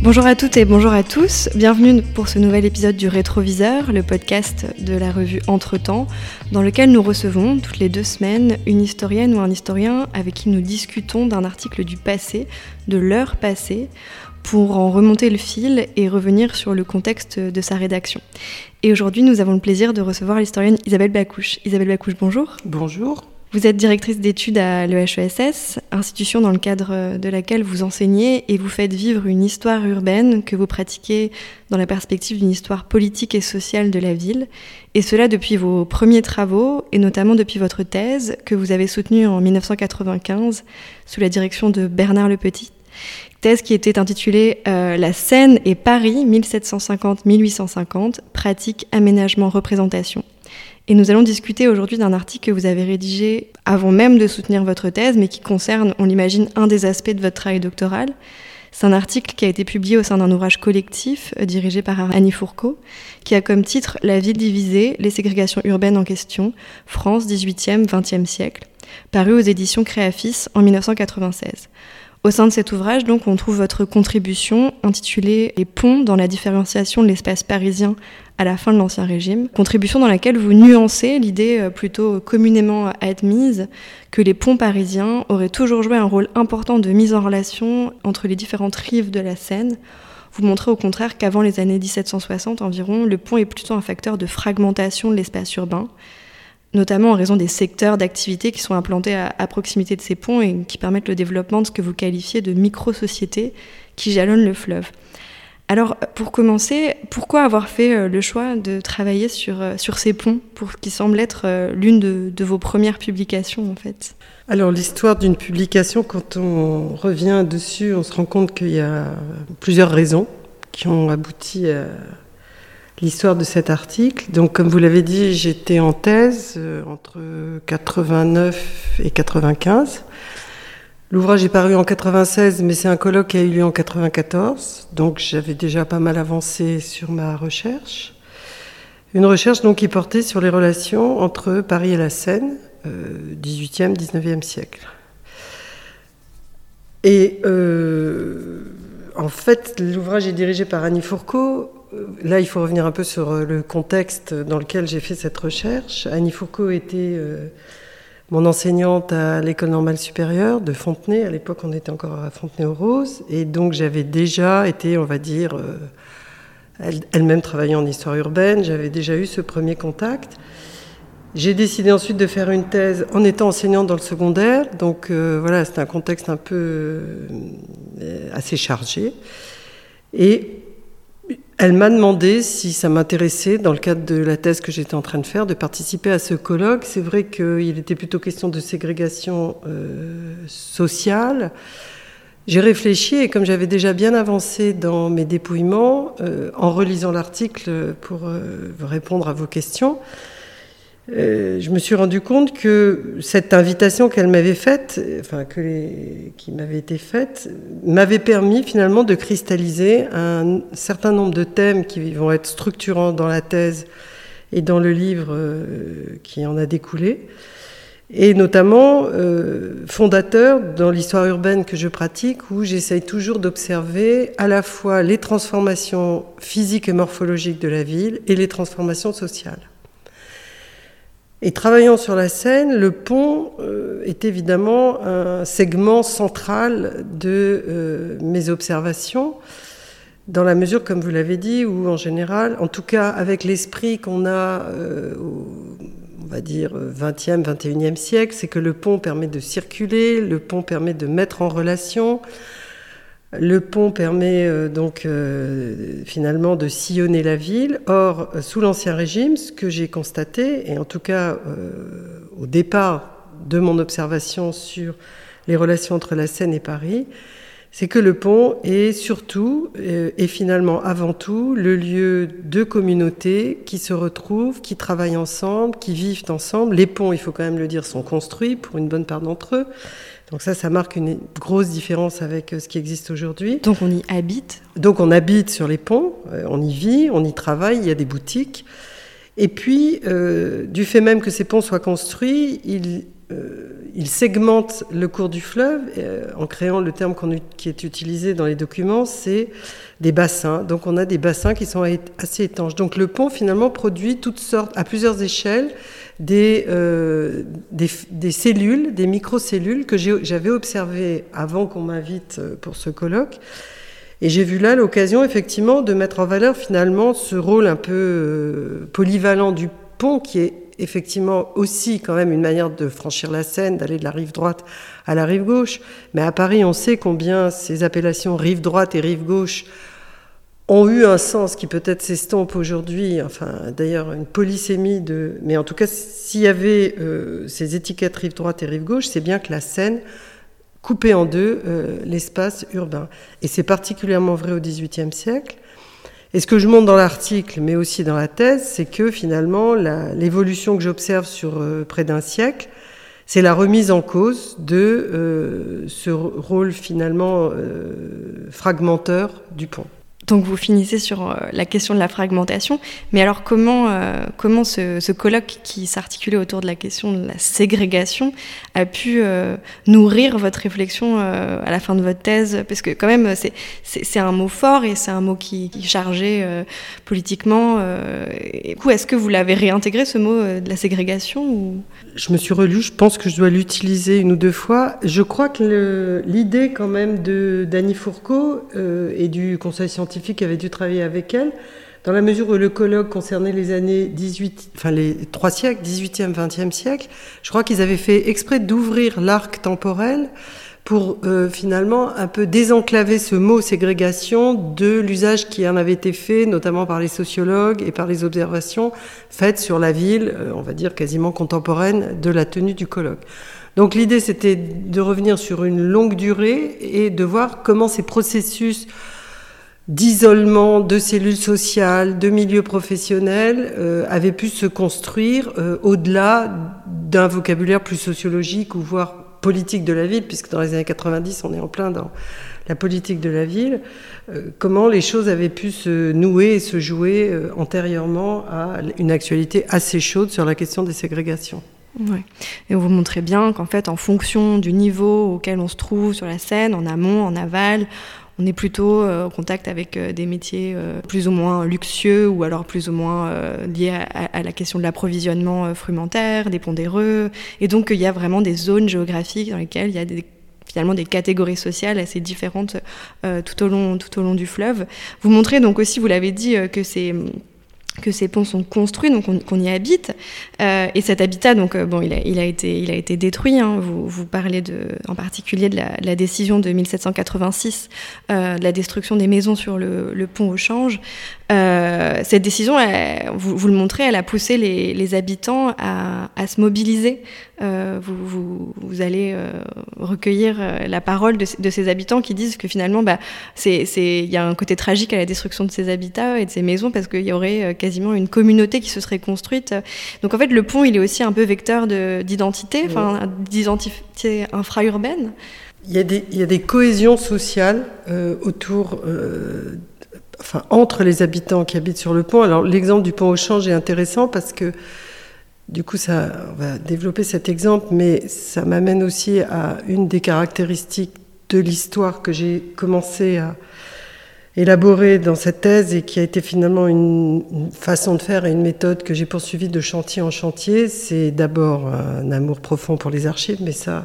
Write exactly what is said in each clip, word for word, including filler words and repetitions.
Bonjour à toutes et bonjour à tous, bienvenue pour ce nouvel épisode du Rétroviseur, le podcast de la revue Entretemps, dans lequel nous recevons toutes les deux semaines une historienne ou un historien avec qui nous discutons d'un article du passé, de l'heure passée, pour en remonter le fil et revenir sur le contexte de sa rédaction. Et aujourd'hui, nous avons le plaisir de recevoir l'historienne Isabelle Bacouche. Isabelle Bacouche, bonjour. Bonjour. Vous êtes directrice d'études à l'E H E S S, institution dans le cadre de laquelle vous enseignez et vous faites vivre une histoire urbaine que vous pratiquez dans la perspective d'une histoire politique et sociale de la ville, et cela depuis vos premiers travaux, et notamment depuis votre thèse que vous avez soutenue en dix-neuf cent quatre-vingt-quinze sous la direction de Bernard Lepetit. Thèse qui était intitulée euh, « La Seine et Paris, mille sept cent cinquante à mille huit cent cinquante, pratique, aménagement, représentation ». Et nous allons discuter aujourd'hui d'un article que vous avez rédigé avant même de soutenir votre thèse, mais qui concerne, on l'imagine, un des aspects de votre travail doctoral. C'est un article qui a été publié au sein d'un ouvrage collectif euh, dirigé par Annie Fourcault, qui a comme titre « La ville divisée, les ségrégations urbaines en question, France, dix-huitième, vingtième siècle », paru aux éditions Créafis en dix-neuf cent quatre-vingt-seize. Au sein de cet ouvrage, donc, on trouve votre contribution intitulée « Les ponts dans la différenciation de l'espace parisien à la fin de l'Ancien Régime », contribution dans laquelle vous nuancez l'idée plutôt communément admise que les ponts parisiens auraient toujours joué un rôle important de mise en relation entre les différentes rives de la Seine. Vous montrez au contraire qu'avant les années dix-sept cent soixante environ, le pont est plutôt un facteur de fragmentation de l'espace urbain, notamment en raison des secteurs d'activité qui sont implantés à, à proximité de ces ponts et qui permettent le développement de ce que vous qualifiez de micro-sociétés qui jalonnent le fleuve. Alors, pour commencer, pourquoi avoir fait le choix de travailler sur, sur ces ponts, pour qui semble être l'une de, de vos premières publications, en fait ? Alors, l'histoire d'une publication, quand on revient dessus, on se rend compte qu'il y a plusieurs raisons qui ont abouti à l'histoire de cet article. Donc, comme vous l'avez dit, j'étais en thèse euh, entre quatre-vingt-neuf et quatre-vingt-quinze. L'ouvrage est paru en quatre-vingt-seize, mais c'est un colloque qui a eu lieu en quatre-vingt-quatorze. Donc, j'avais déjà pas mal avancé sur ma recherche. Une recherche donc qui portait sur les relations entre Paris et la Seine, euh, dix-huitième, dix-neuvième siècle. Et euh, en fait, l'ouvrage est dirigé par Annie Fourcault. Là, il faut revenir un peu sur le contexte dans lequel j'ai fait cette recherche. Annie Fourcault était euh, mon enseignante à l'École normale supérieure de Fontenay. À l'époque, on était encore à Fontenay-aux-Roses. Et donc, j'avais déjà été, on va dire, euh, elle, elle-même travaillant en histoire urbaine. J'avais déjà eu ce premier contact. J'ai décidé ensuite de faire une thèse en étant enseignante dans le secondaire. Donc, euh, voilà, c'était un contexte un peu euh, assez chargé. Et elle m'a demandé si ça m'intéressait, dans le cadre de la thèse que j'étais en train de faire, de participer à ce colloque. C'est vrai qu'il était plutôt question de ségrégation euh, sociale. J'ai réfléchi et comme j'avais déjà bien avancé dans mes dépouillements, euh, en relisant l'article pour euh, répondre à vos questions, Euh, je me suis rendu compte que cette invitation qu'elle m'avait faite, enfin que les, qui m'avait été faite, m'avait permis finalement de cristalliser un certain nombre de thèmes qui vont être structurants dans la thèse et dans le livre euh, qui en a découlé, et notamment euh, fondateur dans l'histoire urbaine que je pratique, où j'essaye toujours d'observer à la fois les transformations physiques et morphologiques de la ville et les transformations sociales. Et travaillant sur la Seine, le pont euh, est évidemment un segment central de euh, mes observations, dans la mesure, comme vous l'avez dit, où en général, en tout cas avec l'esprit qu'on a euh, au, on va dire, vingtième, vingt et unième siècle, c'est que le pont permet de circuler, le pont permet de mettre en relation. Le pont permet euh, donc euh, finalement de sillonner la ville. Or, sous l'Ancien Régime, ce que j'ai constaté, et en tout cas euh, au départ de mon observation sur les relations entre la Seine et Paris, c'est que le pont est surtout euh, et finalement avant tout le lieu de communautés qui se retrouvent, qui travaillent ensemble, qui vivent ensemble. Les ponts, il faut quand même le dire, sont construits pour une bonne part d'entre eux. Donc ça, ça marque une grosse différence avec ce qui existe aujourd'hui. Donc on y habite ? Donc on habite sur les ponts, on y vit, on y travaille, il y a des boutiques. Et puis, euh, du fait même que ces ponts soient construits, il, euh, il segmente le cours du fleuve euh, en créant le terme qu'on, qui est utilisé dans les documents, c'est des bassins. Donc on a des bassins qui sont assez étanches. Donc le pont finalement produit toutes sortes, à plusieurs échelles, des, euh, des, des cellules, des microcellules que j'ai, j'avais observées avant qu'on m'invite pour ce colloque. Et j'ai vu là l'occasion effectivement de mettre en valeur finalement ce rôle un peu euh, polyvalent du pont qui est effectivement aussi quand même une manière de franchir la Seine, d'aller de la rive droite à la rive gauche. Mais à Paris, on sait combien ces appellations rive droite et rive gauche ont eu un sens qui peut-être s'estompe aujourd'hui, enfin d'ailleurs une polysémie de... Mais en tout cas, s'il y avait euh, ces étiquettes rive droite et rive gauche, c'est bien que la Seine coupait en deux euh, l'espace urbain. Et c'est particulièrement vrai au dix-huitième siècle. Et ce que je montre dans l'article, mais aussi dans la thèse, c'est que finalement, la, l'évolution que j'observe sur euh, près d'un siècle, c'est la remise en cause de euh, ce rôle finalement euh, fragmenteur du pont. Donc vous finissez sur la question de la fragmentation, mais alors comment, euh, comment ce, ce colloque qui s'articulait autour de la question de la ségrégation a pu euh, nourrir votre réflexion euh, à la fin de votre thèse? Parce que quand même c'est, c'est, c'est un mot fort et c'est un mot qui, qui est chargé euh, politiquement. Euh, et du coup, est-ce que vous l'avez réintégré ce mot euh, de la ségrégation ou... Je me suis relue, je pense que je dois l'utiliser une ou deux fois. Je crois que le, l'idée quand même de, d'Annie Fourcault euh, et du conseil scientifique qui avait dû travailler avec elle, dans la mesure où le colloque concernait les années dix-huit, enfin les trois siècles, dix-huitième, vingtième siècle, je crois qu'ils avaient fait exprès d'ouvrir l'arc temporel pour euh, finalement un peu désenclaver ce mot ségrégation de l'usage qui en avait été fait, notamment par les sociologues et par les observations faites sur la ville, euh, on va dire quasiment contemporaine de la tenue du colloque. Donc l'idée, c'était de revenir sur une longue durée et de voir comment ces processus d'isolement, de cellules sociales, de milieux professionnels euh, avaient pu se construire euh, au-delà d'un vocabulaire plus sociologique ou voire politique de la ville, puisque dans les années quatre-vingt-dix, on est en plein dans la politique de la ville, euh, comment les choses avaient pu se nouer et se jouer euh, antérieurement à une actualité assez chaude sur la question des ségrégations. Ouais. Et vous montrez bien qu'en fait, en fonction du niveau auquel on se trouve sur la Seine, en amont, en aval, on est plutôt euh, en contact avec euh, des métiers euh, plus ou moins luxueux ou alors plus ou moins euh, liés à, à la question de l'approvisionnement euh, frumentaire, des pondéreux. Et donc, il y a vraiment des zones géographiques dans lesquelles il y a des, finalement des catégories sociales assez différentes euh, tout au long, tout au long du fleuve. Vous montrez donc aussi, vous l'avez dit, euh, que c'est... que ces ponts sont construits, donc on, qu'on y habite. Euh, et cet habitat, donc, euh, bon, il, a, il, a été, il a été détruit. Hein. Vous, vous parlez de, en particulier de la, de la décision de mille sept cent quatre-vingt-six, euh, de la destruction des maisons sur le, le pont au Change. Euh, cette décision, elle, vous, vous le montrez, elle a poussé les, les habitants à, à se mobiliser. Euh, vous, vous, vous allez euh, recueillir euh, la parole de, de ces habitants qui disent que finalement, bah, c'est, c'est, y a un côté tragique à la destruction de ces habitats et de ces maisons parce qu'il y aurait euh, quasiment une communauté qui se serait construite. Donc en fait, le pont, il est aussi un peu vecteur de, d'identité, enfin, oui. d'identité infra-urbaine. Il y a des, il y a des cohésions sociales euh, autour... Euh, Enfin, entre les habitants qui habitent sur le pont. Alors, l'exemple du pont au Change est intéressant parce que, du coup, ça, on va développer cet exemple, mais ça m'amène aussi à une des caractéristiques de l'histoire que j'ai commencé à élaborer dans cette thèse et qui a été finalement une, une façon de faire et une méthode que j'ai poursuivie de chantier en chantier. C'est d'abord un amour profond pour les archives, mais ça...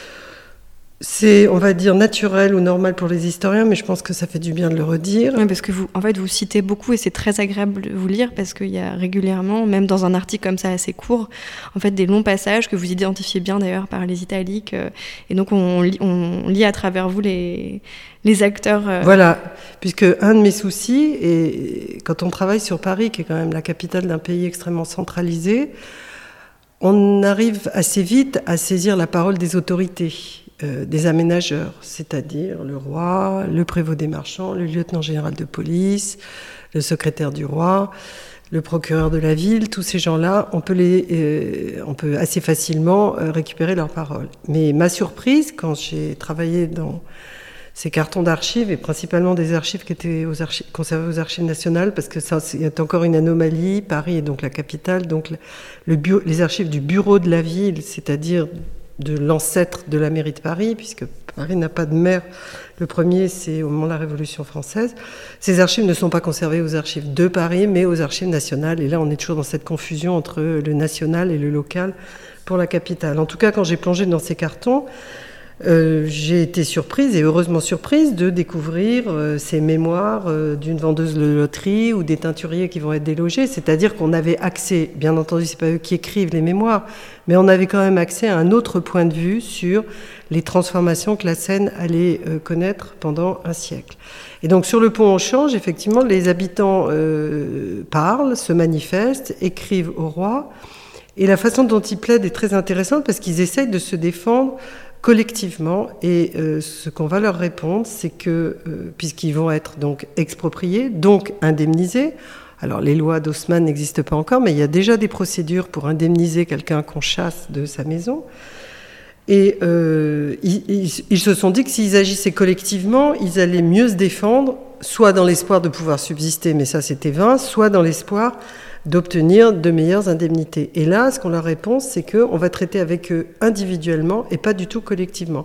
C'est, on va dire, naturel ou normal pour les historiens, mais je pense que ça fait du bien de le redire. Oui, parce que vous, en fait, vous citez beaucoup et c'est très agréable de vous lire parce qu'il y a régulièrement, même dans un article comme ça assez court, en fait, des longs passages que vous identifiez bien d'ailleurs par les italiques. Euh, et donc, on lit, on lit à travers vous les, les acteurs. Euh... Voilà, puisque un de mes soucis, et quand on travaille sur Paris, qui est quand même la capitale d'un pays extrêmement centralisé, on arrive assez vite à saisir la parole des autorités. Euh, des aménageurs, c'est-à-dire le roi, le prévôt des marchands, le lieutenant général de police, le secrétaire du roi, le procureur de la ville, tous ces gens-là, on peut, les, euh, on peut assez facilement euh, récupérer leurs paroles. Mais ma surprise, quand j'ai travaillé dans ces cartons d'archives, et principalement des archives qui étaient aux archives, conservées aux archives nationales, parce que ça, il y a encore une anomalie, Paris est donc la capitale, donc le, le bu- les archives du bureau de la ville, c'est-à-dire de l'ancêtre de la mairie de Paris, puisque Paris n'a pas de maire. Le premier, c'est au moment de la Révolution française. Ces archives ne sont pas conservées aux archives de Paris, mais aux archives nationales. Et là, on est toujours dans cette confusion entre le national et le local pour la capitale. En tout cas, quand j'ai plongé dans ces cartons, Euh, j'ai été surprise, et heureusement surprise, de découvrir euh, ces mémoires euh, d'une vendeuse de loterie ou des teinturiers qui vont être délogés. C'est-à-dire qu'on avait accès, bien entendu, c'est pas eux qui écrivent les mémoires, mais on avait quand même accès à un autre point de vue sur les transformations que la Seine allait euh, connaître pendant un siècle. Et donc sur le pont Auchange, effectivement, les habitants euh, parlent, se manifestent, écrivent au roi, et la façon dont ils plaident est très intéressante parce qu'ils essayent de se défendre collectivement, et euh, ce qu'on va leur répondre, c'est que, euh, puisqu'ils vont être donc expropriés, donc indemnisés, alors les lois d'Haussmann n'existent pas encore, mais il y a déjà des procédures pour indemniser quelqu'un qu'on chasse de sa maison, et euh, ils, ils, ils se sont dit que s'ils agissaient collectivement, ils allaient mieux se défendre, soit dans l'espoir de pouvoir subsister, mais ça c'était vain, soit dans l'espoir d'obtenir de meilleures indemnités. Et là, ce qu'on leur répond, c'est qu'on va traiter avec eux individuellement et pas du tout collectivement.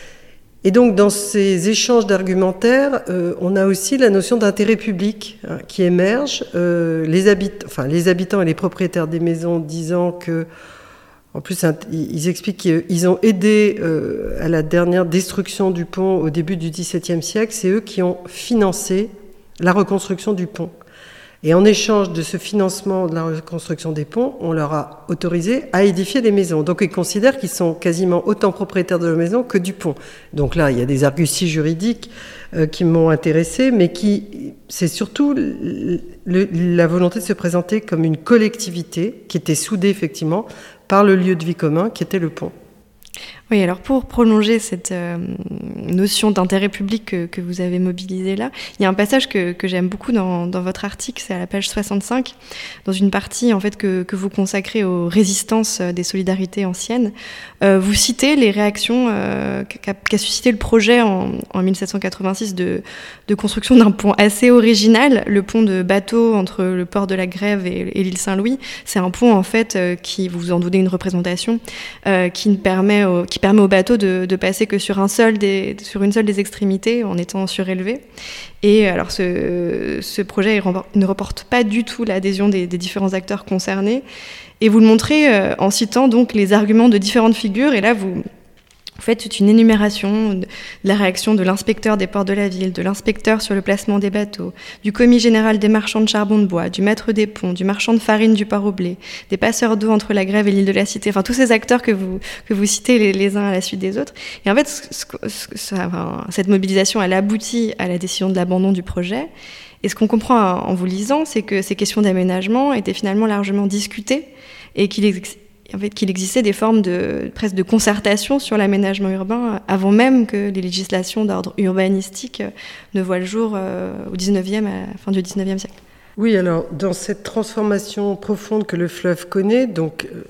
Et donc, dans ces échanges d'argumentaires, euh, on a aussi la notion d'intérêt public hein, qui émerge. Euh, les, habit- enfin, les habitants et les propriétaires des maisons disant que, en plus, ils expliquent qu'ils ont aidé euh, à la dernière destruction du pont au début du dix-septième siècle. C'est eux qui ont financé la reconstruction du pont. Et en échange de ce financement de la reconstruction des ponts, on leur a autorisé à édifier des maisons. Donc ils considèrent qu'ils sont quasiment autant propriétaires de la maison que du pont. Donc là, il y a des arguties juridiques euh, qui m'ont intéressée, mais qui, c'est surtout le, le, la volonté de se présenter comme une collectivité qui était soudée effectivement par le lieu de vie commun qui était le pont. Oui, alors pour prolonger cette euh, notion d'intérêt public que, que vous avez mobilisée là, il y a un passage que, que j'aime beaucoup dans, dans votre article, c'est à la page soixante-cinq, dans une partie en fait que, que vous consacrez aux résistances des solidarités anciennes. Euh, vous citez les réactions euh, qu'a, qu'a suscité le projet en, en mille sept cent quatre-vingt-six de, de construction d'un pont assez original, le pont de bateau entre le port de la Grève et, et l'île Saint-Louis. C'est un pont en fait euh, qui, vous en donnez une représentation, euh, qui ne permet au, qui permet au bateau de, de passer que sur, un seul des, sur une seule des extrémités en étant surélevé. Et alors ce, ce projet il ne reporte pas du tout l'adhésion des, des différents acteurs concernés. Et vous le montrez euh, en citant donc les arguments de différentes figures. Et là, vous... Vous faites une énumération de la réaction de l'inspecteur des ports de la ville, de l'inspecteur sur le placement des bateaux, du commis général des marchands de charbon de bois, du maître des ponts, du marchand de farine du port au blé, des passeurs d'eau entre la Grève et l'île de la Cité, enfin tous ces acteurs que vous, que vous citez les, les uns à la suite des autres. Et en fait, ce, ce, ce, enfin, cette mobilisation, elle aboutit à la décision de l'abandon du projet. Et ce qu'on comprend en vous lisant, c'est que ces questions d'aménagement étaient finalement largement discutées et qu'il existe en fait, qu'il existait des formes de, presque de concertation sur l'aménagement urbain avant même que les législations d'ordre urbanistique ne voient le jour euh, au dix-neuvième, à la fin du dix-neuvième siècle. Oui, alors, dans cette transformation profonde que le fleuve connaît, donc, euh,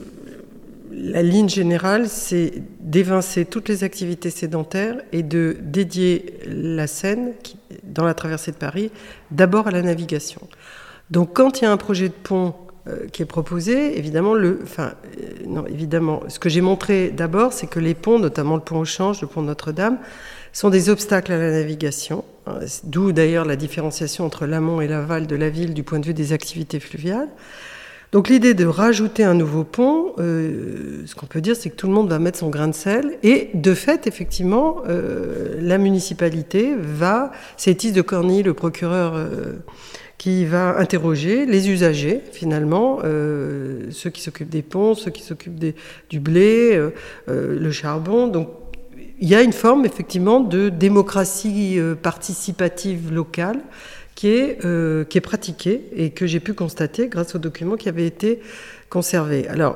la ligne générale, c'est d'évincer toutes les activités sédentaires et de dédier la Seine, qui, dans la traversée de Paris, d'abord à la navigation. Donc, quand il y a un projet de pont Euh, qui est proposé, évidemment, le, enfin, euh, non, évidemment, ce que j'ai montré d'abord, c'est que les ponts, notamment le pont Auchange, le pont Notre-Dame, sont des obstacles à la navigation, hein, d'où d'ailleurs la différenciation entre l'amont et l'aval de la ville du point de vue des activités fluviales. Donc l'idée de rajouter un nouveau pont, euh, ce qu'on peut dire, c'est que tout le monde va mettre son grain de sel, et de fait, effectivement, euh, la municipalité va, c'est Thys de Corny, le procureur euh, qui va interroger les usagers, finalement, euh, ceux qui s'occupent des ponts, ceux qui s'occupent des, du blé, euh, euh, le charbon. Donc, il y a une forme, effectivement, de démocratie euh, participative locale qui est, euh, qui est pratiquée et que j'ai pu constater grâce aux documents qui avaient été conservés. Alors,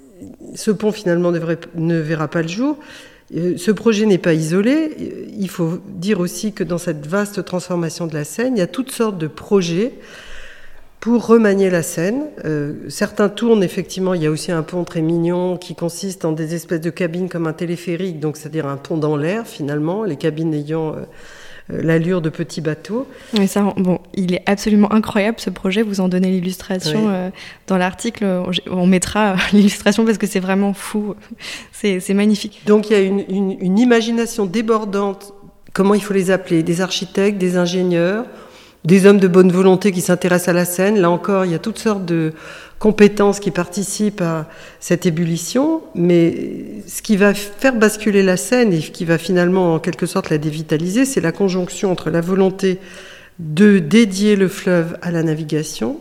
ce pont, finalement, ne, devrait, ne verra pas le jour. Ce projet n'est pas isolé. Il faut dire aussi que dans cette vaste transformation de la Seine, il y a toutes sortes de projets pour remanier la Seine. Euh, certains tournent, effectivement. Il y a aussi un pont très mignon qui consiste en des espèces de cabines comme un téléphérique, donc c'est-à-dire un pont dans l'air, finalement, les cabines ayant euh, l'allure de petits bateaux. Oui, ça, bon, il est absolument incroyable ce projet. Vous en donnez l'illustration oui. euh, dans l'article. On, on mettra l'illustration parce que c'est vraiment fou. C'est, c'est magnifique. Donc il y a une, une, une imagination débordante. Comment il faut les appeler ? Des architectes, des ingénieurs, des hommes de bonne volonté qui s'intéressent à la Seine. Là encore, il y a toutes sortes de compétences qui participent à cette ébullition, mais ce qui va faire basculer la Seine et qui va finalement en quelque sorte la dévitaliser, c'est la conjonction entre la volonté de dédier le fleuve à la navigation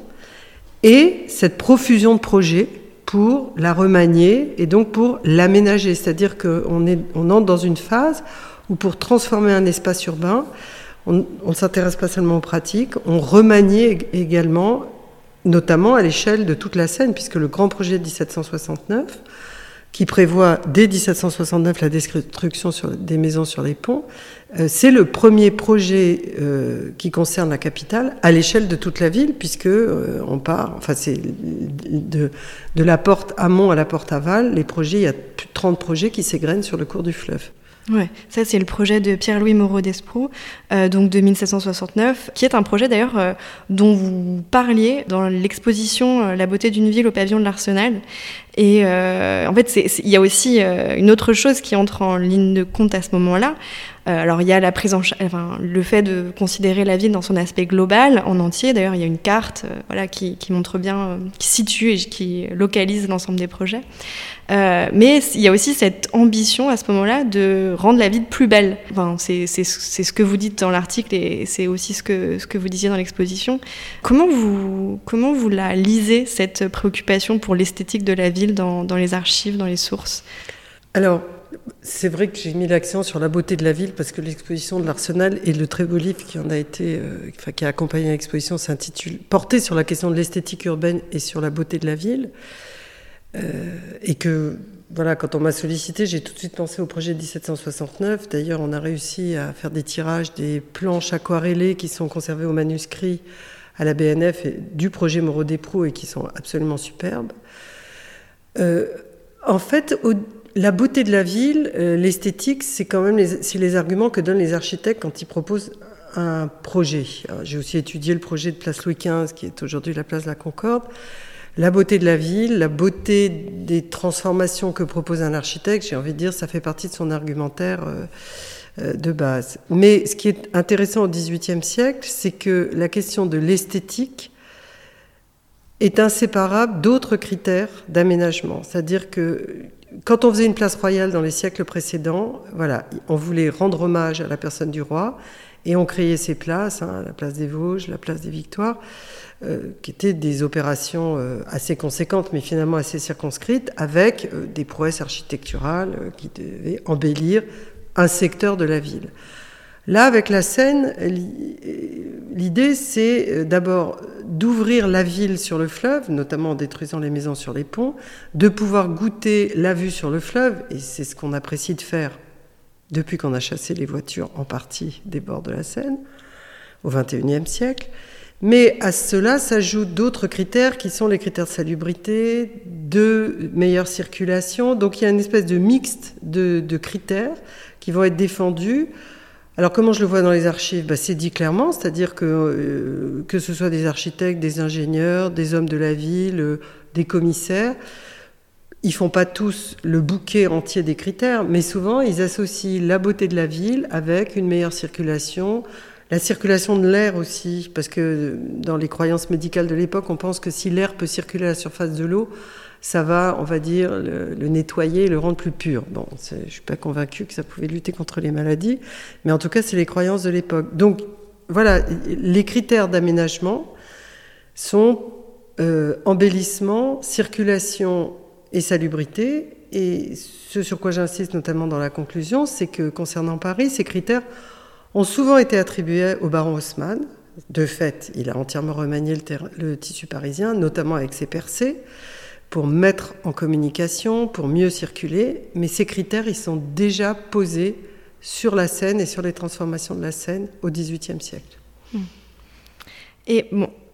et cette profusion de projets pour la remanier et donc pour l'aménager. C'est-à-dire qu'on est, on entre dans une phase où pour transformer un espace urbain, on ne s'intéresse pas seulement aux pratiques, on remanie également, notamment à l'échelle de toute la Seine, puisque le grand projet de dix-sept cent soixante-neuf, qui prévoit dès dix-sept cent soixante-neuf la destruction sur, des maisons sur les ponts, euh, c'est le premier projet euh, qui concerne la capitale à l'échelle de toute la ville, puisque euh, on part, enfin c'est de, de la porte amont à la porte aval, les projets, il y a plus de trente projets qui s'égrènent sur le cours du fleuve. Ouais, ça c'est le projet de Pierre-Louis Moreau d'Esproux, euh, donc de mille sept cent soixante-neuf, qui est un projet d'ailleurs euh, dont vous parliez dans l'exposition euh, La beauté d'une ville au pavillon de l'Arsenal. Et euh, en fait, c'est, c'est, il y a aussi euh, une autre chose qui entre en ligne de compte à ce moment-là. Euh, alors il y a la prise en ch- enfin, le fait de considérer la ville dans son aspect global, en entier. D'ailleurs, il y a une carte euh, voilà, qui, qui montre bien, euh, qui situe et qui localise l'ensemble des projets. Euh, mais il y a aussi cette ambition à ce moment-là de rendre la ville plus belle. Enfin, c'est, c'est, c'est ce que vous dites dans l'article et c'est aussi ce que, ce que vous disiez dans l'exposition. Comment vous, comment vous la lisez, cette préoccupation pour l'esthétique de la ville dans, dans les archives, dans les sources ? Alors, c'est vrai que j'ai mis l'accent sur la beauté de la ville parce que l'exposition de l'Arsenal et le très beau livre qui en a été, euh, enfin, qui a accompagné l'exposition s'intitule « Porté sur la question de l'esthétique urbaine et sur la beauté de la ville ». Euh, et que, voilà, quand on m'a sollicité, j'ai tout de suite pensé au projet de dix-sept cent soixante-neuf. D'ailleurs, on a réussi à faire des tirages des planches aquarellées qui sont conservées au manuscrit à la B N F et du projet Moreau d'Esproux et qui sont absolument superbes. Euh, en fait, au, la beauté de la ville, euh, l'esthétique, c'est quand même les, c'est les arguments que donnent les architectes quand ils proposent un projet. Alors, j'ai aussi étudié le projet de Place Louis quinze, qui est aujourd'hui la place de la Concorde. La beauté de la ville, la beauté des transformations que propose un architecte, j'ai envie de dire, ça fait partie de son argumentaire euh, euh, de base. Mais ce qui est intéressant au dix-huitième siècle, c'est que la question de l'esthétique est inséparable d'autres critères d'aménagement. C'est-à-dire que quand on faisait une place royale dans les siècles précédents, voilà, on voulait rendre hommage à la personne du roi et on créait ces places, hein, la place des Vosges, la place des Victoires, Euh, qui étaient des opérations euh, assez conséquentes, mais finalement assez circonscrites, avec euh, des prouesses architecturales euh, qui devaient embellir un secteur de la ville. Là, avec la Seine, l'idée, c'est euh, d'abord d'ouvrir la ville sur le fleuve, notamment en détruisant les maisons sur les ponts, de pouvoir goûter la vue sur le fleuve, et c'est ce qu'on apprécie de faire depuis qu'on a chassé les voitures en partie des bords de la Seine, au vingt et unième siècle. Mais à cela s'ajoutent d'autres critères qui sont les critères de salubrité, de meilleure circulation. Donc il y a une espèce de mixte de, de critères qui vont être défendus. Alors comment je le vois dans les archives ? Ben, c'est dit clairement, c'est-à-dire que, euh, que ce soit des architectes, des ingénieurs, des hommes de la ville, euh, des commissaires, ils font pas tous le bouquet entier des critères, mais souvent ils associent la beauté de la ville avec une meilleure circulation, la circulation de l'air aussi, parce que dans les croyances médicales de l'époque, on pense que si l'air peut circuler à la surface de l'eau, ça va, on va dire, le, le nettoyer et le rendre plus pur. Bon, je ne suis pas convaincue que ça pouvait lutter contre les maladies, mais en tout cas, c'est les croyances de l'époque. Donc, voilà, les critères d'aménagement sont euh, embellissement, circulation et salubrité. Et ce sur quoi j'insiste notamment dans la conclusion, c'est que concernant Paris, ces critères ont souvent été attribués au baron Haussmann. De fait, il a entièrement remanié le, ter- le tissu parisien, notamment avec ses percées, pour mettre en communication, pour mieux circuler. Mais ces critères, ils sont déjà posés sur la Seine et sur les transformations de la Seine au dix-huitième siècle. Et bon,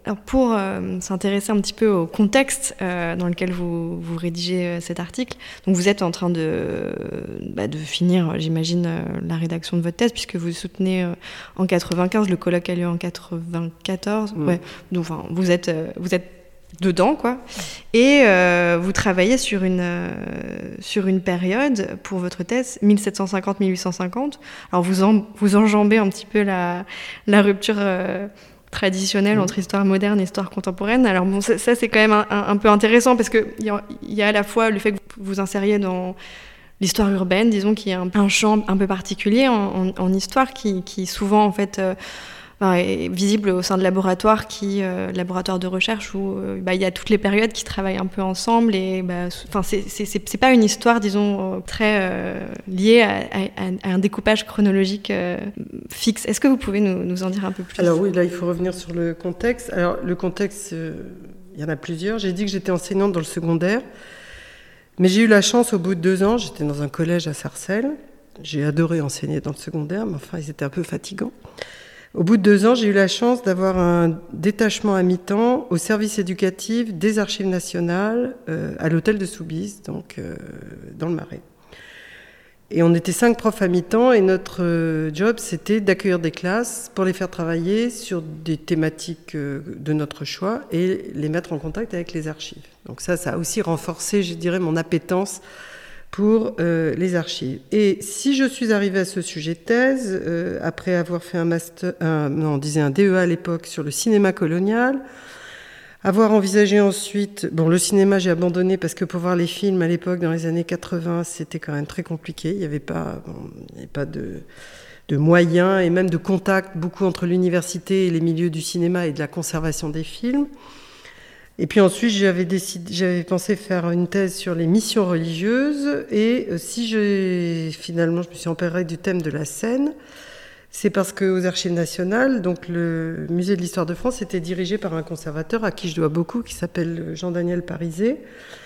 Alors pour euh, s'intéresser un petit peu au contexte euh, dans lequel vous, vous rédigez euh, cet article, donc vous êtes en train de, bah, de finir, j'imagine, euh, la rédaction de votre thèse, puisque vous soutenez euh, en quatre-vingt-quinze, le colloque a lieu en quatre-vingt-quatorze. Mmh. Ouais. Donc, enfin, vous êtes, euh, vous êtes dedans, quoi. Et euh, vous travaillez sur une, euh, sur une période, pour votre thèse, mille sept cent cinquante à mille huit cent cinquante. Alors vous, en, vous enjambez un petit peu la, la rupture... Euh, traditionnelle entre histoire moderne et histoire contemporaine. Alors bon, ça, ça c'est quand même un, un, un peu intéressant parce qu'il y, y a à la fois le fait que vous vous insériez dans l'histoire urbaine, disons, qui est un, un champ un peu particulier en, en, en histoire, qui, qui souvent en fait euh, enfin, est visible au sein de laboratoires, qui, euh, laboratoires de recherche où euh, bah, il y a toutes les périodes qui travaillent un peu ensemble et bah, enfin, c'est, c'est, c'est, c'est pas une histoire, disons, très euh, liée à, à, à un découpage chronologique euh, fixe. Est-ce que vous pouvez nous, nous en dire un peu plus ? Alors oui, là il faut revenir sur le contexte. Alors le contexte, euh, il y en a plusieurs. J'ai dit que j'étais enseignante dans le secondaire, mais j'ai eu la chance au bout de deux ans, j'étais dans un collège à Sarcelles. J'ai adoré enseigner dans le secondaire, mais enfin ils étaient un peu fatigants. Au bout de deux ans, j'ai eu la chance d'avoir un détachement à mi-temps au service éducatif des Archives nationales euh, à l'hôtel de Soubise, donc euh, dans le Marais. Et on était cinq profs à mi-temps et notre euh, job, c'était d'accueillir des classes pour les faire travailler sur des thématiques euh, de notre choix et les mettre en contact avec les archives. Donc ça, ça a aussi renforcé, je dirais, mon appétence pour euh, les archives. Et si je suis arrivée à ce sujet de thèse, euh, après avoir fait un master, un, non, on disait un D E A à l'époque sur le cinéma colonial, avoir envisagé ensuite, bon, le cinéma j'ai abandonné parce que pour voir les films à l'époque, dans les années quatre-vingts, c'était quand même très compliqué. Il n'y avait pas, bon, il n'y avait pas de, de moyens et même de contact beaucoup entre l'université et les milieux du cinéma et de la conservation des films. Et puis ensuite, j'avais, décidé, j'avais pensé faire une thèse sur les missions religieuses. Et si je, finalement, je me suis emparée du thème de la Seine, c'est parce qu'aux Archives nationales, donc le musée de l'histoire de France était dirigé par un conservateur à qui je dois beaucoup, qui s'appelle Jean-Daniel Parizet,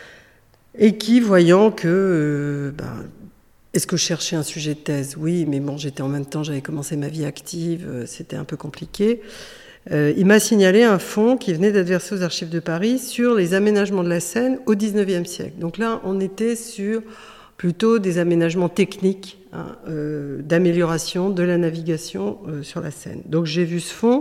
et qui, voyant que... Euh, ben, est-ce que je cherchais un sujet de thèse ? Oui, mais bon, j'étais en même temps, j'avais commencé ma vie active, c'était un peu compliqué. Euh, il m'a signalé un fonds qui venait d'être versé aux Archives de Paris sur les aménagements de la Seine au dix-neuvième siècle. Donc là, on était sur plutôt des aménagements techniques hein, euh, d'amélioration de la navigation euh, sur la Seine. Donc j'ai vu ce fonds.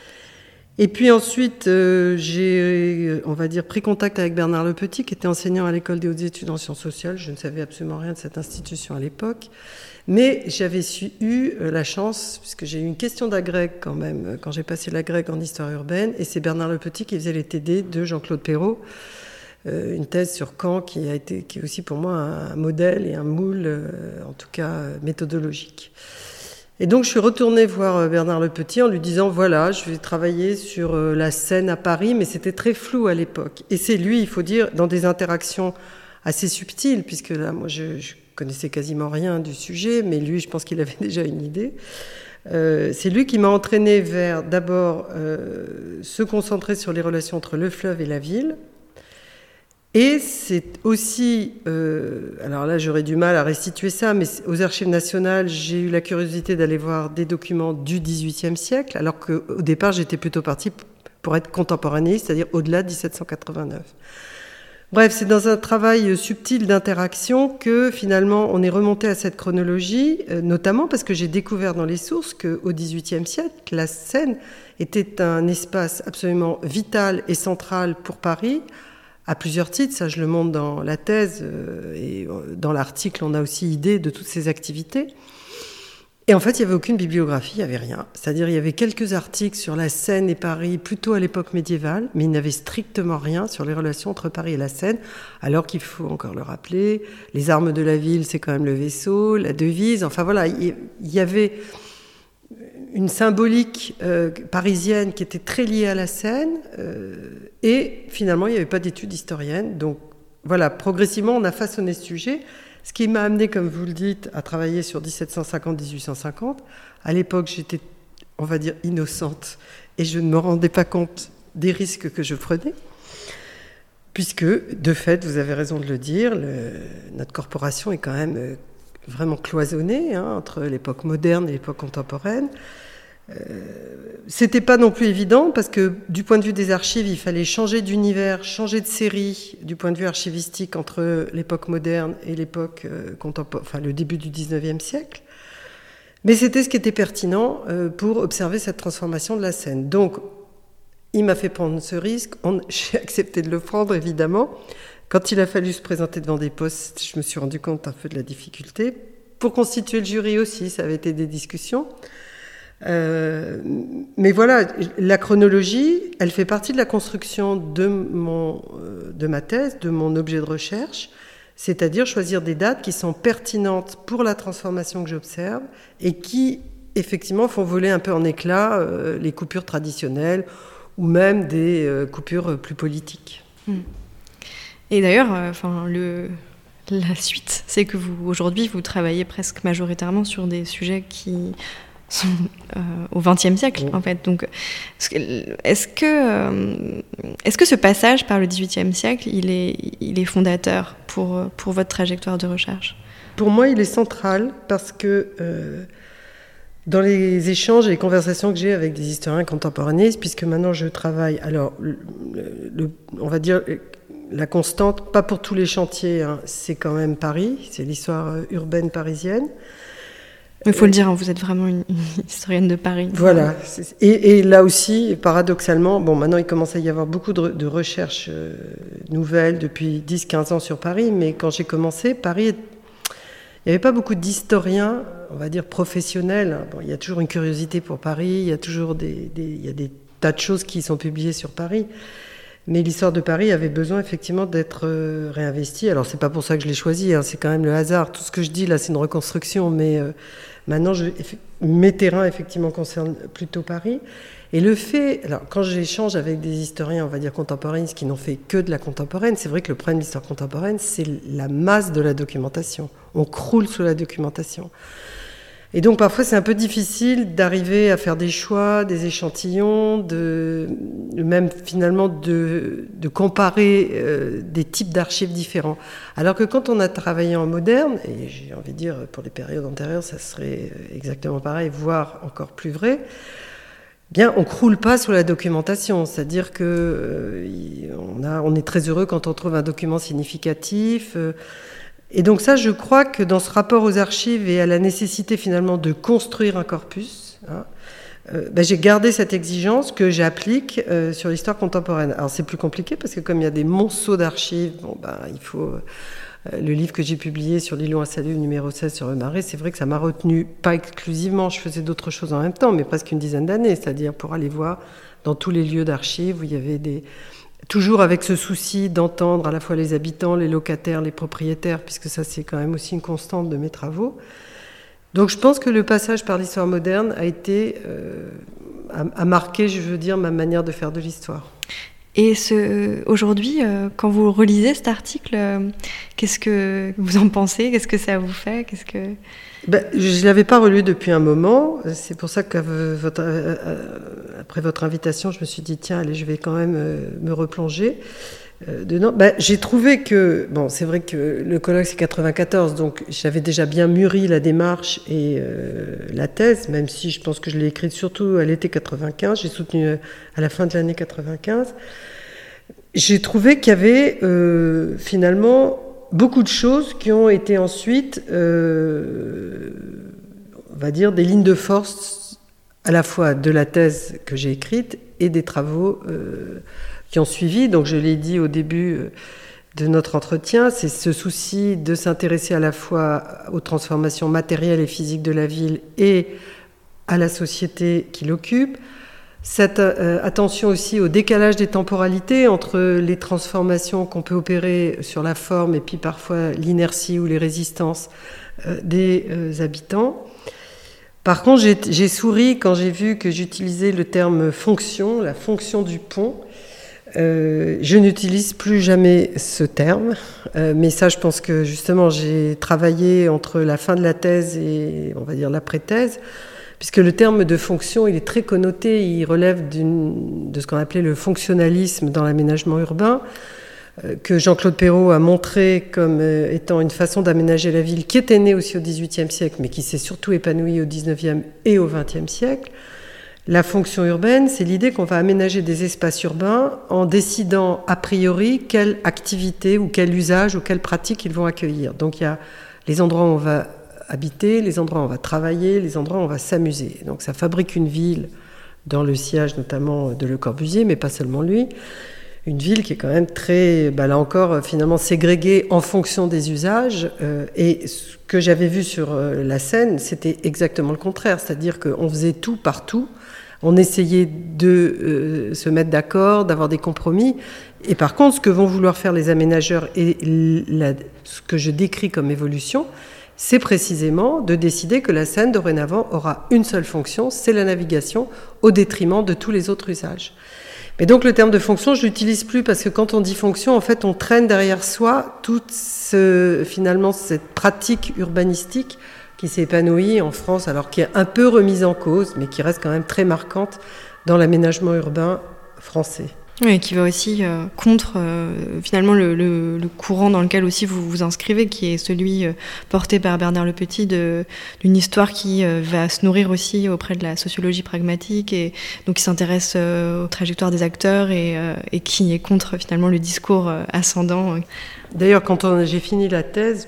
Et puis ensuite, euh, j'ai, on va dire, pris contact avec Bernard Lepetit, qui était enseignant à l'École des hautes études en sciences sociales. Je ne savais absolument rien de cette institution à l'époque. Mais j'avais su, eu la chance, puisque j'ai eu une question d'agrég quand même, quand j'ai passé l'agrég en histoire urbaine, et c'est Bernard Lepetit qui faisait les T D de Jean-Claude Perrault, euh, une thèse sur Caen qui a été, qui est aussi pour moi un modèle et un moule, euh, en tout cas euh, méthodologique. Et donc je suis retournée voir Bernard Lepetit en lui disant voilà, je vais travailler sur euh, la Seine à Paris, mais c'était très flou à l'époque. Et c'est lui, il faut dire, dans des interactions assez subtiles, puisque là, moi, je, je connaissais quasiment rien du sujet, mais lui, je pense qu'il avait déjà une idée. Euh, c'est lui qui m'a entraînée vers, d'abord, euh, se concentrer sur les relations entre le fleuve et la ville. Et c'est aussi, euh, alors là, j'aurais du mal à restituer ça, mais aux Archives nationales, j'ai eu la curiosité d'aller voir des documents du dix-huitième siècle, alors qu'au départ, j'étais plutôt partie pour être contemporanéiste, c'est-à-dire au-delà de dix-sept cent quatre-vingt-neuf. Bref, c'est dans un travail subtil d'interaction que finalement on est remonté à cette chronologie, notamment parce que j'ai découvert dans les sources qu'au dix-huitième siècle, la Seine était un espace absolument vital et central pour Paris, à plusieurs titres. Ça, je le montre dans la thèse, et dans l'article, on a aussi idée de toutes ces activités. Et en fait, il n'y avait aucune bibliographie, il n'y avait rien. C'est-à-dire, il y avait quelques articles sur la Seine et Paris, plutôt à l'époque médiévale, mais il n'y avait strictement rien sur les relations entre Paris et la Seine, alors qu'il faut encore le rappeler, les armes de la ville, c'est quand même le vaisseau, la devise, enfin voilà, il y avait une symbolique euh, parisienne qui était très liée à la Seine, euh, et finalement, il n'y avait pas d'études historiennes. Donc voilà, progressivement, on a façonné ce sujet. Ce qui m'a amené, comme vous le dites, à travailler sur dix-sept cent cinquante à dix-huit cent cinquante. À l'époque, j'étais, on va dire, innocente et je ne me rendais pas compte des risques que je prenais, puisque, de fait, vous avez raison de le dire, le, notre corporation est quand même vraiment cloisonnée hein, entre l'époque moderne et l'époque contemporaine. Euh, c'était pas non plus évident parce que du point de vue des archives, il fallait changer d'univers, changer de série du point de vue archivistique entre l'époque moderne et l'époque euh, contemporaine, enfin le début du dix-neuvième siècle. Mais c'était ce qui était pertinent euh, pour observer cette transformation de la scène. Donc, il m'a fait prendre ce risque. On, j'ai accepté de le prendre, évidemment. Quand il a fallu se présenter devant des postes, je me suis rendu compte un peu de la difficulté. Pour constituer le jury aussi, ça avait été des discussions. Euh, mais voilà, la chronologie, elle fait partie de la construction de, mon, de ma thèse, de mon objet de recherche, c'est-à-dire choisir des dates qui sont pertinentes pour la transformation que j'observe et qui, effectivement, font voler un peu en éclats euh, les coupures traditionnelles ou même des euh, coupures plus politiques. Et d'ailleurs, euh, enfin, le... la suite, c'est que vous, aujourd'hui, vous travaillez presque majoritairement sur des sujets qui sont euh, au vingtième siècle, oui. En fait. Donc, est-ce que, euh, est-ce que ce passage par le dix-huitième siècle, il est, il est fondateur pour, pour votre trajectoire de recherche ? Pour moi, il est central parce que euh, dans les échanges et les conversations que j'ai avec des historiens contemporanistes, puisque maintenant je travaille, alors, le, le, on va dire, la constante, pas pour tous les chantiers, hein, c'est quand même Paris, c'est l'histoire urbaine parisienne. Il faut le dire, vous êtes vraiment une, une historienne de Paris. Voilà. Et, et là aussi, paradoxalement, bon, maintenant il commence à y avoir beaucoup de, de recherches euh, nouvelles depuis dix quinze ans sur Paris, mais quand j'ai commencé, Paris, il n'y avait pas beaucoup d'historiens, on va dire professionnels. Bon, il y a toujours une curiosité pour Paris, il y a toujours des, des, il y a des tas de choses qui sont publiées sur Paris. Mais l'histoire de Paris avait besoin effectivement d'être euh, réinvestie. Alors c'est pas pour ça que je l'ai choisi, hein, c'est quand même le hasard. Tout ce que je dis là, c'est une reconstruction, mais euh, maintenant, je, mes terrains effectivement concernent plutôt Paris. Et le fait, alors quand j'échange avec des historiens, on va dire contemporains, qui n'ont fait que de la contemporaine, c'est vrai que le problème de l'histoire contemporaine, c'est la masse de la documentation. On croule sous la documentation. Et donc parfois c'est un peu difficile d'arriver à faire des choix, des échantillons, de, même finalement de, de comparer euh, des types d'archives différents. Alors que quand on a travaillé en moderne, et j'ai envie de dire pour les périodes antérieures ça serait exactement pareil, voire encore plus vrai, bien on croule pas sur la documentation, c'est-à-dire que euh, on, a, on est très heureux quand on trouve un document significatif. Euh, Et donc ça, je crois que dans ce rapport aux archives et à la nécessité finalement de construire un corpus, hein, euh, ben j'ai gardé cette exigence que j'applique euh, sur l'histoire contemporaine. Alors c'est plus compliqué parce que comme il y a des monceaux d'archives, bon, ben, il faut... Euh, le livre que j'ai publié sur l'îlot insalubre, numéro seize sur le Marais, c'est vrai que ça m'a retenu, pas exclusivement, je faisais d'autres choses en même temps, mais presque une dizaine d'années, c'est-à-dire pour aller voir dans tous les lieux d'archives où il y avait des... Toujours avec ce souci d'entendre à la fois les habitants, les locataires, les propriétaires, puisque ça c'est quand même aussi une constante de mes travaux. Donc je pense que le passage par l'histoire moderne a été, euh, a, a marqué, je veux dire, ma manière de faire de l'histoire. Et ce, aujourd'hui, euh, quand vous relisez cet article, euh, qu'est-ce que vous en pensez ? Qu'est-ce que ça vous fait ? Qu'est-ce que... Ben, je ne l'avais pas relu depuis un moment. C'est pour ça qu'après votre, euh, votre invitation, je me suis dit, tiens, allez, je vais quand même euh, me replonger euh, dedans. Ben, j'ai trouvé que, bon, c'est vrai que le colloque, c'est quatre-vingt-quatorze, donc j'avais déjà bien mûri la démarche et euh, la thèse, même si je pense que je l'ai écrite surtout à l'été quatre-vingt-quinze. J'ai soutenu à la fin de l'année quatre-vingt-quinze. J'ai trouvé qu'il y avait euh, finalement... beaucoup de choses qui ont été ensuite, euh, on va dire, des lignes de force à la fois de la thèse que j'ai écrite et des travaux euh, qui ont suivi. Donc je l'ai dit au début de notre entretien, c'est ce souci de s'intéresser à la fois aux transformations matérielles et physiques de la ville et à la société qui l'occupe. Cette euh, attention aussi au décalage des temporalités entre les transformations qu'on peut opérer sur la forme et puis parfois l'inertie ou les résistances euh, des euh, habitants. Par contre, j'ai, j'ai souri quand j'ai vu que j'utilisais le terme fonction, la fonction du pont. Euh, je n'utilise plus jamais ce terme, euh, mais ça, je pense que justement, j'ai travaillé entre la fin de la thèse et, on va dire, l'après-thèse, puisque le terme de fonction, il est très connoté, il relève d'une, de ce qu'on appelait le fonctionnalisme dans l'aménagement urbain, euh, que Jean-Claude Perrault a montré comme euh, étant une façon d'aménager la ville qui était née aussi au dix-huitième siècle, mais qui s'est surtout épanouie au dix-neuvième et au vingtième siècle. La fonction urbaine, c'est l'idée qu'on va aménager des espaces urbains en décidant a priori quelle activité ou quel usage ou quelle pratique ils vont accueillir. Donc il y a les endroits où on va habiter, les endroits où on va travailler, les endroits où on va s'amuser. Donc ça fabrique une ville, dans le sillage notamment de Le Corbusier, mais pas seulement lui, une ville qui est quand même très, bah là encore, finalement ségrégée en fonction des usages. Euh, et ce que j'avais vu sur euh, la Seine, c'était exactement le contraire, c'est-à-dire qu'on faisait tout partout. On essayait de euh, se mettre d'accord, d'avoir des compromis. Et par contre, ce que vont vouloir faire les aménageurs et la, ce que je décris comme évolution, c'est précisément de décider que la Seine, dorénavant, aura une seule fonction, c'est la navigation, au détriment de tous les autres usages. Mais donc le terme de fonction, je ne l'utilise plus parce que quand on dit fonction, en fait, on traîne derrière soi toute ce, finalement cette pratique urbanistique qui s'est épanouie en France, alors qui est un peu remise en cause, mais qui reste quand même très marquante dans l'aménagement urbain français. Oui, qui va aussi euh, contre euh, finalement le, le, le courant dans lequel aussi vous vous inscrivez, qui est celui euh, porté par Bernard Lepetit de, d'une histoire qui euh, va se nourrir aussi auprès de la sociologie pragmatique et donc qui s'intéresse euh, aux trajectoires des acteurs et, euh, et qui est contre finalement le discours euh, ascendant. D'ailleurs, quand on, j'ai fini la thèse,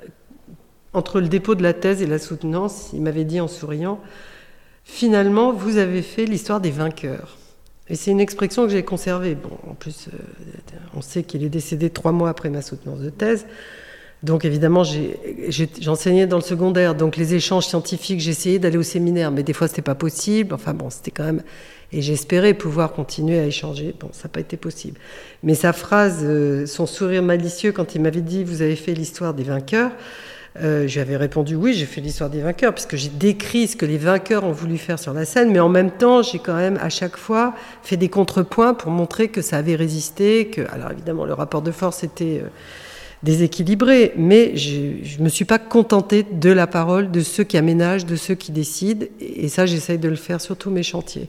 entre le dépôt de la thèse et la soutenance, il m'avait dit en souriant, finalement, vous avez fait l'histoire des vainqueurs. Et c'est une expression que j'ai conservée. Bon, en plus, euh, on sait qu'il est décédé trois mois après ma soutenance de thèse. Donc évidemment, j'ai, j'ai, j'enseignais dans le secondaire. Donc les échanges scientifiques, j'essayais d'aller au séminaire. Mais des fois, c'était pas possible. Enfin bon, c'était quand même... Et j'espérais pouvoir continuer à échanger. Bon, ça n'a pas été possible. Mais sa phrase, euh, son sourire malicieux, quand il m'avait dit « Vous avez fait l'histoire des vainqueurs », Euh, je lui avais répondu oui, j'ai fait l'histoire des vainqueurs parce que j'ai décrit ce que les vainqueurs ont voulu faire sur la scène, mais en même temps j'ai quand même à chaque fois fait des contrepoints pour montrer que ça avait résisté, que alors évidemment le rapport de force était euh, déséquilibré, mais je ne me suis pas contentée de la parole de ceux qui aménagent, de ceux qui décident, et ça j'essaye de le faire sur tous mes chantiers.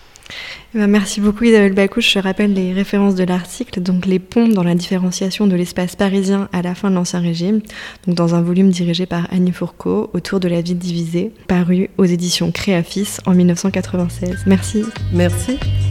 Eh bien, merci beaucoup Isabelle Bacouche. Je rappelle les références de l'article, donc les ponts dans la différenciation de l'espace parisien à la fin de l'Ancien Régime, donc dans un volume dirigé par Annie Fourcault, autour de la ville divisée, paru aux éditions Créafis en mille neuf cent quatre-vingt-seize. Merci. Merci.